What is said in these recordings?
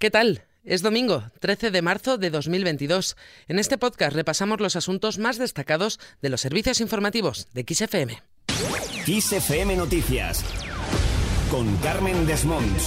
¿Qué tal? Es domingo, 13 de marzo de 2022. En este podcast repasamos los asuntos más destacados de los servicios informativos de XFM. XFM Noticias, con Carmen Desmonts.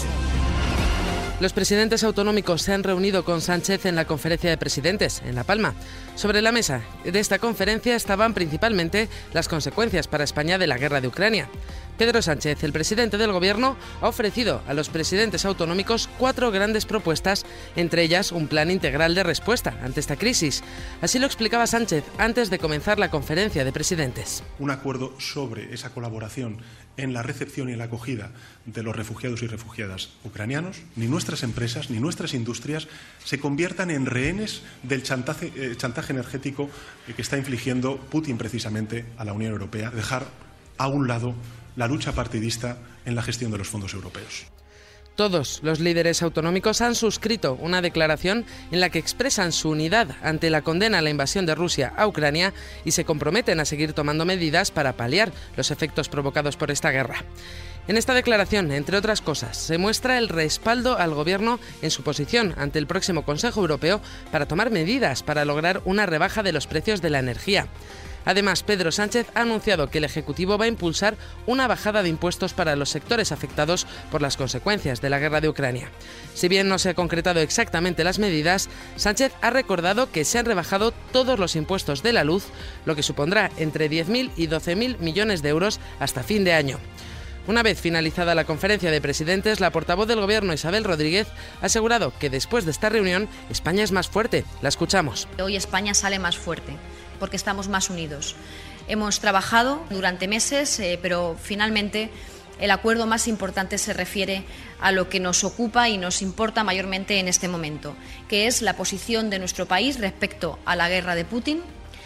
Los presidentes autonómicos se han reunido con Sánchez en la conferencia de presidentes, en La Palma. Sobre la mesa de esta conferencia estaban principalmente las consecuencias para España de la guerra de Ucrania. Pedro Sánchez, el presidente del Gobierno, ha ofrecido a los presidentes autonómicos 4 grandes propuestas, entre ellas un plan integral de respuesta ante esta crisis. Así lo explicaba Sánchez antes de comenzar la conferencia de presidentes. Un acuerdo sobre esa colaboración en la recepción y en la acogida de los refugiados y refugiadas ucranianos. Ni nuestras empresas ni nuestras industrias se conviertan en rehenes del chantaje energético que está infligiendo Putin precisamente a la Unión Europea. Dejar a un lado la lucha partidista en la gestión de los fondos europeos. Todos los líderes autonómicos han suscrito una declaración en la que expresan su unidad ante la condena a la invasión de Rusia a Ucrania y se comprometen a seguir tomando medidas para paliar los efectos provocados por esta guerra. En esta declaración, entre otras cosas, se muestra el respaldo al Gobierno en su posición ante el próximo Consejo Europeo para tomar medidas para lograr una rebaja de los precios de la energía. Además, Pedro Sánchez ha anunciado que el Ejecutivo va a impulsar una bajada de impuestos para los sectores afectados por las consecuencias de la guerra de Ucrania. Si bien no se ha concretado exactamente las medidas, Sánchez ha recordado que se han rebajado todos los impuestos de la luz, lo que supondrá entre 10.000 y 12.000 millones de euros hasta fin de año. Una vez finalizada la conferencia de presidentes, la portavoz del Gobierno, Isabel Rodríguez, ha asegurado que después de esta reunión, España es más fuerte. La escuchamos. Hoy España sale más fuerte, porque estamos más unidos. Hemos trabajado durante meses, pero finalmente el acuerdo más importante se refiere a lo que nos ocupa y nos importa mayormente en este momento, que es la posición de nuestro país respecto a la guerra de Putin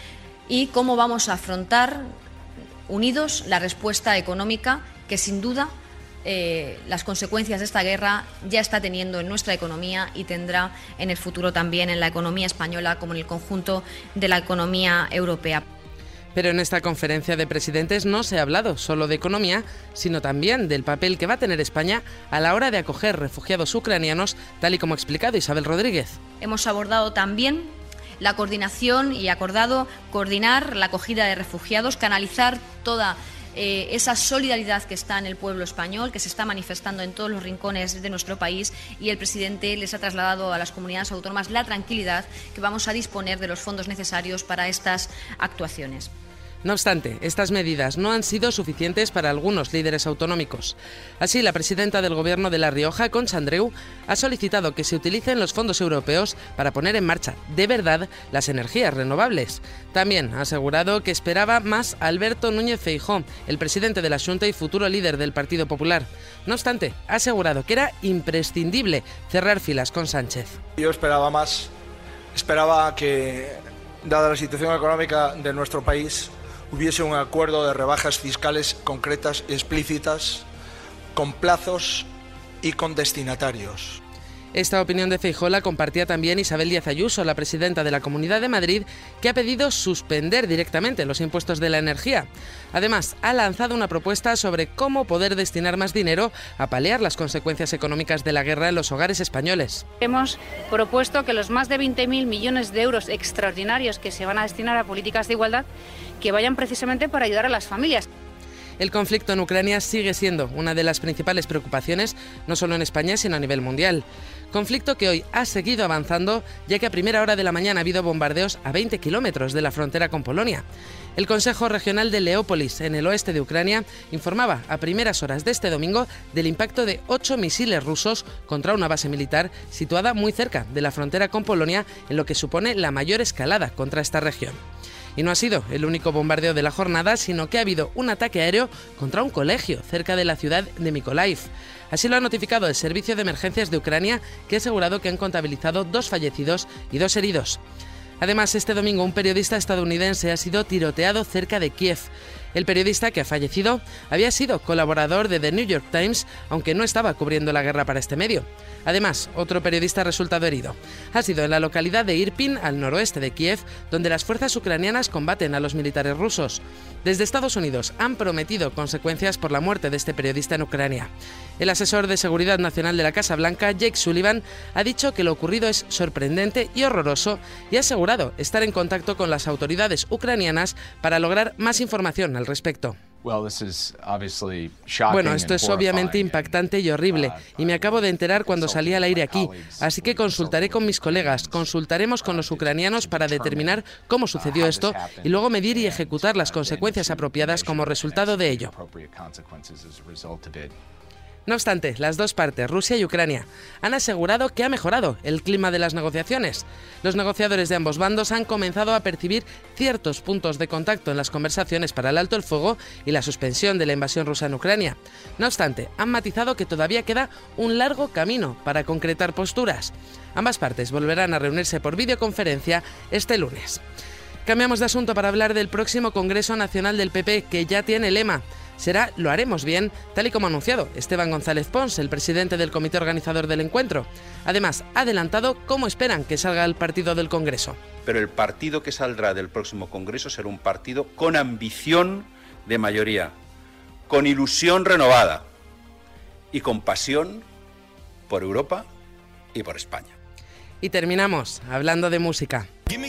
y cómo vamos a afrontar unidos la respuesta económica que sin duda las consecuencias de esta guerra ya está teniendo en nuestra economía y tendrá en el futuro también en la economía española como en el conjunto de la economía europea. Pero en esta conferencia de presidentes no se ha hablado solo de economía, sino también del papel que va a tener España a la hora de acoger refugiados ucranianos, tal y como ha explicado Isabel Rodríguez. Hemos abordado también la coordinación y acordado coordinar la acogida de refugiados, canalizar toda esa solidaridad que está en el pueblo español, que se está manifestando en todos los rincones de nuestro país, y el presidente les ha trasladado a las comunidades autónomas la tranquilidad que vamos a disponer de los fondos necesarios para estas actuaciones. No obstante, estas medidas no han sido suficientes para algunos líderes autonómicos. Así, la presidenta del Gobierno de La Rioja, Concha Andreu, ha solicitado que se utilicen los fondos europeos para poner en marcha, de verdad, las energías renovables. También ha asegurado que esperaba más a Alberto Núñez Feijóo, el presidente de la Xunta y futuro líder del Partido Popular. No obstante, ha asegurado que era imprescindible cerrar filas con Sánchez. Yo esperaba más. Esperaba que, dada la situación económica de nuestro país, hubiese un acuerdo de rebajas fiscales concretas, explícitas, con plazos y con destinatarios. Esta opinión de Feijóo la compartía también Isabel Díaz Ayuso, la presidenta de la Comunidad de Madrid, que ha pedido suspender directamente los impuestos de la energía. Además, ha lanzado una propuesta sobre cómo poder destinar más dinero a paliar las consecuencias económicas de la guerra en los hogares españoles. Hemos propuesto que los más de 20.000 millones de euros extraordinarios que se van a destinar a políticas de igualdad, que vayan precisamente para ayudar a las familias. El conflicto en Ucrania sigue siendo una de las principales preocupaciones, no solo en España, sino a nivel mundial. Conflicto que hoy ha seguido avanzando, ya que a primera hora de la mañana ha habido bombardeos a 20 kilómetros de la frontera con Polonia. El Consejo Regional de Leópolis, en el oeste de Ucrania, informaba a primeras horas de este domingo del impacto de 8 misiles rusos contra una base militar situada muy cerca de la frontera con Polonia, en lo que supone la mayor escalada contra esta región. Y no ha sido el único bombardeo de la jornada, sino que ha habido un ataque aéreo contra un colegio cerca de la ciudad de Mykolaiv. Así lo ha notificado el Servicio de Emergencias de Ucrania, que ha asegurado que han contabilizado 2 fallecidos y 2 heridos. Además, este domingo un periodista estadounidense ha sido tiroteado cerca de Kiev. El periodista, que ha fallecido, había sido colaborador de The New York Times, aunque no estaba cubriendo la guerra para este medio. Además, otro periodista ha resultado herido. Ha sido en la localidad de Irpin, al noroeste de Kiev, donde las fuerzas ucranianas combaten a los militares rusos. Desde Estados Unidos han prometido consecuencias por la muerte de este periodista en Ucrania. El asesor de Seguridad Nacional de la Casa Blanca, Jake Sullivan, ha dicho que lo ocurrido es sorprendente y horroroso y ha asegurado estar en contacto con las autoridades ucranianas para lograr más información al respecto. Bueno, esto es obviamente impactante y horrible, y me acabo de enterar cuando salí al aire aquí, así que consultaré con mis colegas, consultaremos con los ucranianos para determinar cómo sucedió esto y luego medir y ejecutar las consecuencias apropiadas como resultado de ello. No obstante, las dos partes, Rusia y Ucrania, han asegurado que ha mejorado el clima de las negociaciones. Los negociadores de ambos bandos han comenzado a percibir ciertos puntos de contacto en las conversaciones para el alto el fuego y la suspensión de la invasión rusa en Ucrania. No obstante, han matizado que todavía queda un largo camino para concretar posturas. Ambas partes volverán a reunirse por videoconferencia este lunes. Cambiamos de asunto para hablar del próximo Congreso Nacional del PP, que ya tiene lema. Será "Lo haremos bien", tal y como ha anunciado Esteban González Pons, el presidente del comité organizador del encuentro. Además, ha adelantado cómo esperan que salga el partido del Congreso. Pero el partido que saldrá del próximo Congreso será un partido con ambición de mayoría, con ilusión renovada y con pasión por Europa y por España. Y terminamos hablando de música.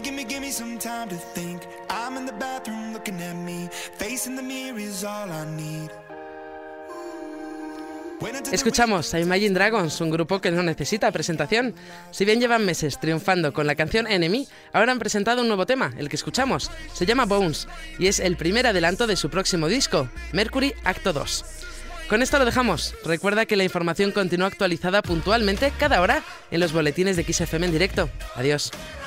Escuchamos a Imagine Dragons, un grupo que no necesita presentación. Si bien llevan meses triunfando con la canción Enemy, ahora han presentado un nuevo tema, el que escuchamos. Se llama Bones y es el primer adelanto de su próximo disco, Mercury Acto 2. Con esto lo dejamos. Recuerda que la información continúa actualizada puntualmente cada hora en los boletines de XFM en directo. Adiós.